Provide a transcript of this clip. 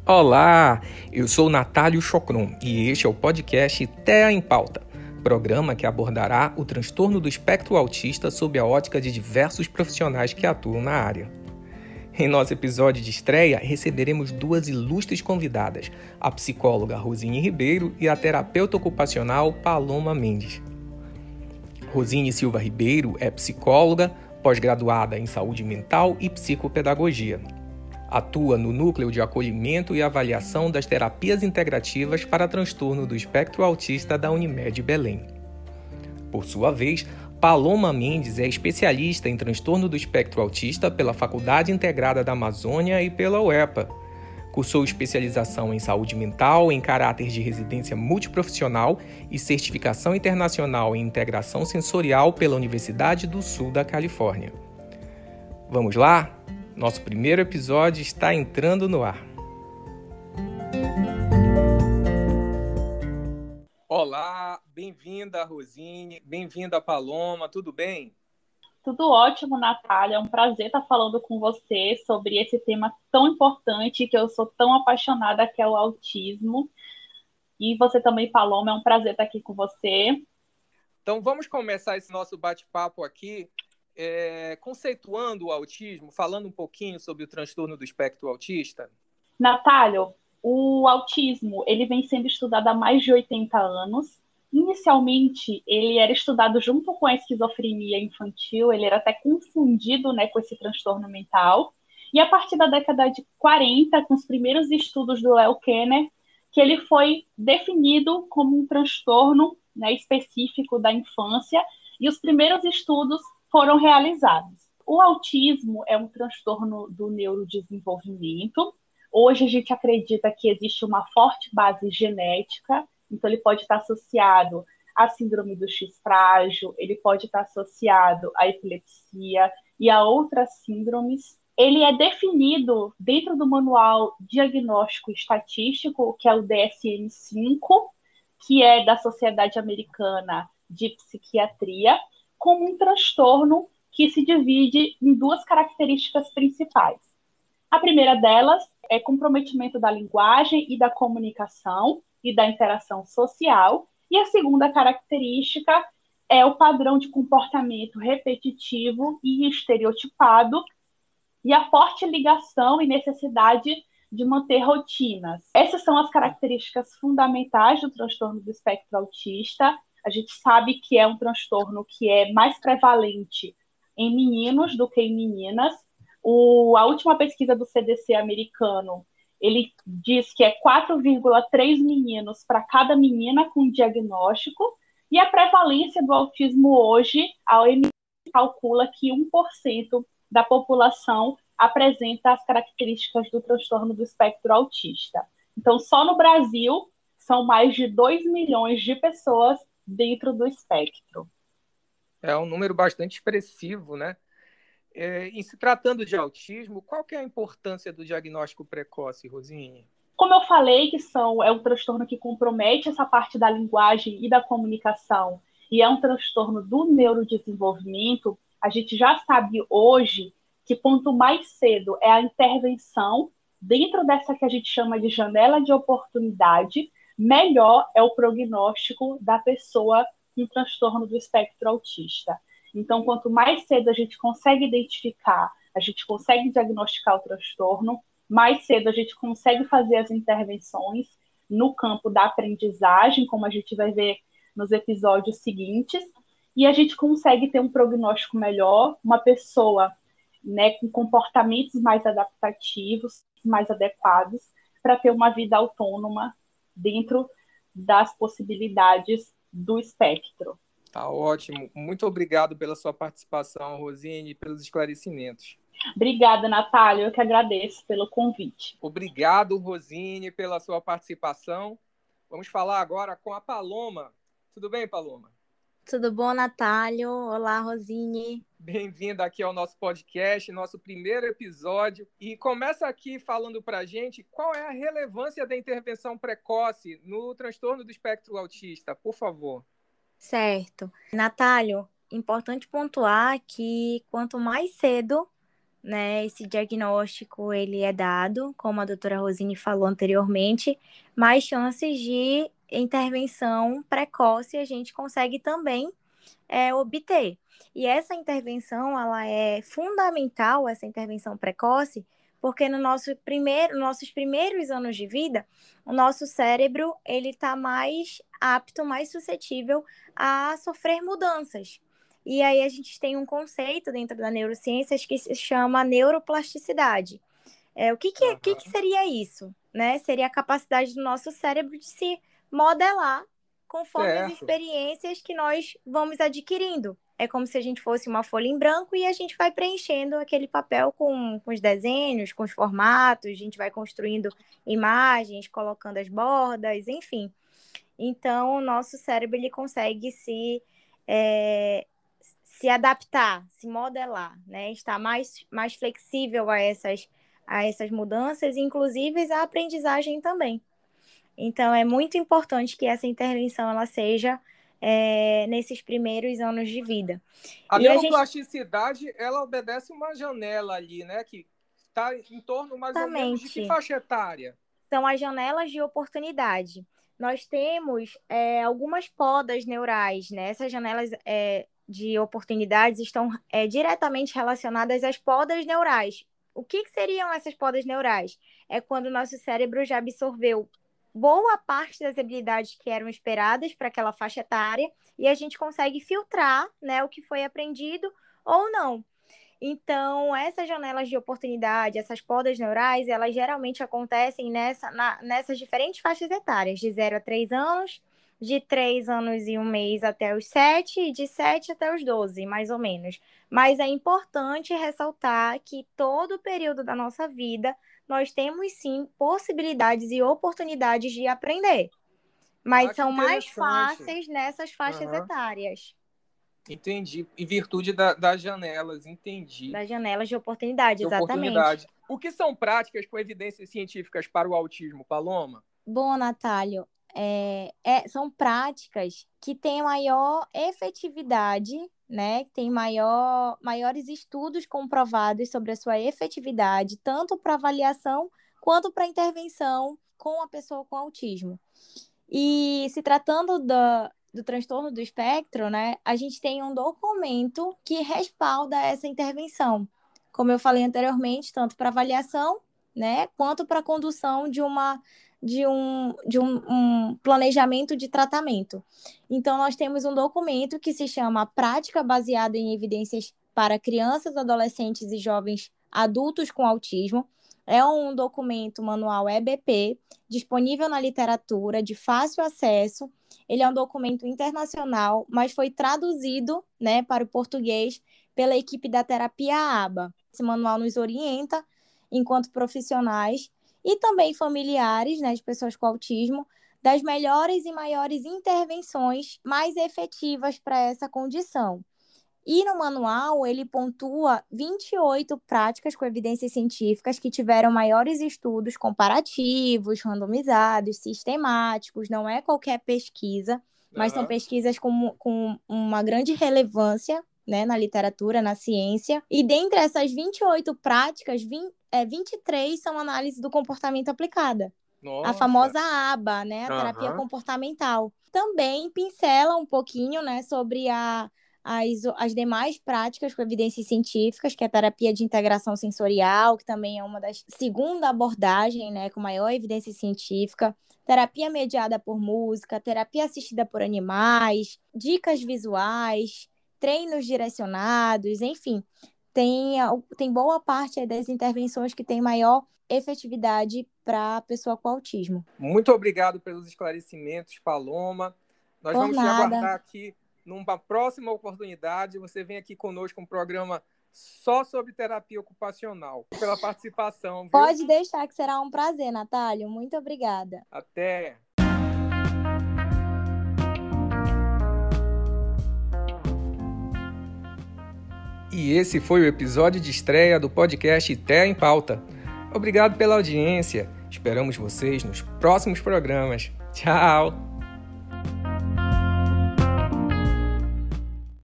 Olá, eu sou Natálio Chocron e este é o podcast TEA em Pauta, programa que abordará o transtorno do espectro autista sob a ótica de diversos profissionais que atuam na área. Em nosso episódio de estreia, receberemos duas ilustres convidadas, a psicóloga Rosine Ribeiro e a terapeuta ocupacional Paloma Mendes. Rosine Silva Ribeiro é psicóloga, pós-graduada em saúde mental e psicopedagogia. Atua no Núcleo de Acolhimento e Avaliação das Terapias Integrativas para Transtorno do Espectro Autista da Unimed Belém. Por sua vez, Paloma Mendes é especialista em transtorno do espectro autista pela Faculdade Integrada da Amazônia e pela UEPA. Cursou especialização em saúde mental em caráter de residência multiprofissional e certificação internacional em integração sensorial pela Universidade do Sul da Califórnia. Vamos lá? Nosso primeiro episódio está entrando no ar. Olá, bem-vinda Rosine, bem-vinda Paloma, tudo bem? Tudo ótimo, Natália. É um prazer estar falando com você sobre esse tema tão importante que eu sou tão apaixonada, que é o autismo. E você também, Paloma, é um prazer estar aqui com você. Então vamos começar esse nosso bate-papo aqui, conceituando o autismo, falando um pouquinho sobre o transtorno do espectro autista. Natália, o autismo ele vem sendo estudado há mais de 80 anos. Inicialmente, ele era estudado junto com a esquizofrenia infantil, ele era até confundido, né, com esse transtorno mental. E a partir da década de 40, com os primeiros estudos do Leo Kanner, que ele foi definido como um transtorno, né, específico da infância, e os primeiros estudos foram realizados. O autismo é um transtorno do neurodesenvolvimento. Hoje a gente acredita que existe uma forte base genética, então ele pode estar associado à síndrome do X frágil, ele pode estar associado à epilepsia e a outras síndromes. Ele é definido dentro do Manual Diagnóstico Estatístico, que é o DSM-5, que é da Sociedade Americana de Psiquiatria, como um transtorno que se divide em duas características principais. A primeira delas é comprometimento da linguagem e da comunicação e da interação social. E a segunda característica é o padrão de comportamento repetitivo e estereotipado e a forte ligação e necessidade de manter rotinas. Essas são as características fundamentais do transtorno do espectro autista. A gente sabe que é um transtorno que é mais prevalente em meninos do que em meninas. A última pesquisa do CDC americano, ele diz que é 4,3 meninos para cada menina com diagnóstico, e a prevalência do autismo hoje, a OMS calcula que 1% da população apresenta as características do transtorno do espectro autista. Então, só no Brasil, são mais de 2 milhões de pessoas dentro do espectro. É um número bastante expressivo, né? Em se tratando de autismo, qual que é a importância do diagnóstico precoce, Rosine? Como eu falei, é um transtorno que compromete essa parte da linguagem e da comunicação, e é um transtorno do neurodesenvolvimento, a gente já sabe hoje que quanto mais cedo é a intervenção dentro dessa que a gente chama de janela de oportunidade, melhor é o prognóstico da pessoa com transtorno do espectro autista. Então, quanto mais cedo a gente consegue identificar, a gente consegue diagnosticar o transtorno, mais cedo a gente consegue fazer as intervenções no campo da aprendizagem, como a gente vai ver nos episódios seguintes, e a gente consegue ter um prognóstico melhor, uma pessoa, né, com comportamentos mais adaptativos, mais adequados, para ter uma vida autônoma dentro das possibilidades do espectro. Tá ótimo. Muito obrigado pela sua participação, Rosine, e pelos esclarecimentos. Obrigada, Natália. Eu que agradeço pelo convite. Obrigado, Rosine, pela sua participação. Vamos falar agora com a Paloma. Tudo bem, Paloma? Tudo bom, Natálio? Olá, Rosine. Bem-vinda aqui ao nosso podcast, nosso primeiro episódio. E começa aqui falando para a gente qual é a relevância da intervenção precoce no transtorno do espectro autista, por favor. Certo. Natálio, importante pontuar que quanto mais cedo, né? Esse diagnóstico, ele é dado, como a doutora Rosine falou anteriormente, mais chances de intervenção precoce a gente consegue também obter. E essa intervenção, ela é fundamental, essa intervenção precoce, porque nossos primeiros anos de vida, o nosso cérebro, ele está mais apto, mais suscetível a sofrer mudanças. E aí a gente tem um conceito dentro da neurociência que se chama neuroplasticidade. O que seria isso? Né? Seria a capacidade do nosso cérebro de se modelar conforme as experiências que nós vamos adquirindo. É como se a gente fosse uma folha em branco e a gente vai preenchendo aquele papel com os desenhos, com os formatos, a gente vai construindo imagens, colocando as bordas, enfim. Então, o nosso cérebro ele consegue se adaptar, se modelar, né? Estar mais flexível a essas mudanças, inclusive a aprendizagem também. Então, é muito importante que essa intervenção ela seja nesses primeiros anos de vida. A neuroplasticidade, ela obedece uma janela ali, né? Que está em torno mais ou menos de que faixa etária? São as janelas de oportunidade. Nós temos algumas podas neurais, né? Essas janelas de oportunidades estão diretamente relacionadas às podas neurais. O que seriam essas podas neurais? É quando o nosso cérebro já absorveu boa parte das habilidades que eram esperadas para aquela faixa etária e a gente consegue filtrar, né, o que foi aprendido ou não. Então, essas janelas de oportunidade, essas podas neurais, elas geralmente acontecem nessas diferentes faixas etárias, de 0 a 3 anos, de 3 anos e 1 mês até os 7, e de 7 até os 12, mais ou menos. Mas é importante ressaltar que todo o período da nossa vida, nós temos sim possibilidades e oportunidades de aprender. Mas são mais fáceis nessas faixas etárias. Entendi. Em virtude das janelas, entendi. Das janelas de oportunidade, exatamente. O que são práticas com evidências científicas para o autismo, Paloma? Bom, Natálio, são práticas que têm maior efetividade, né? Tem maiores estudos comprovados sobre a sua efetividade, tanto para avaliação quanto para intervenção com a pessoa com autismo. E se tratando do transtorno do espectro, né, a gente tem um documento que respalda essa intervenção. Como eu falei anteriormente, tanto para avaliação, né, quanto para a condução de um planejamento de tratamento. Então, nós temos um documento que se chama Prática Baseada em Evidências para Crianças, Adolescentes e Jovens Adultos com Autismo. É um documento manual EBP, disponível na literatura, de fácil acesso. Ele é um documento internacional, mas foi traduzido, né, para o português pela equipe da Terapia ABA. Esse manual nos orienta, enquanto profissionais e também familiares, né, de pessoas com autismo, das melhores e maiores intervenções mais efetivas para essa condição. E no manual, ele pontua 28 práticas com evidências científicas que tiveram maiores estudos comparativos, randomizados, sistemáticos. Não é qualquer pesquisa, mas são pesquisas com uma grande relevância, né, na literatura, na ciência. E dentre essas 28 práticas, 23 são análise do comportamento aplicada. Nossa. A famosa ABA, né, a terapia comportamental. Também pincela um pouquinho, né, sobre as demais práticas com evidências científicas, que é a terapia de integração sensorial, que também é uma das segunda abordagem, né, com maior evidência científica, terapia mediada por música, terapia assistida por animais, dicas visuais, treinos direcionados, enfim, tem boa parte das intervenções que tem maior efetividade para a pessoa com autismo. Muito obrigado pelos esclarecimentos, Paloma. Nós vamos te aguardar aqui numa próxima oportunidade. Você vem aqui conosco um programa só sobre terapia ocupacional. Pela participação, viu? Pode deixar que será um prazer, Natálio. Muito obrigada. Até! E esse foi o episódio de estreia do podcast TEA em Pauta. Obrigado pela audiência. Esperamos vocês nos próximos programas. Tchau!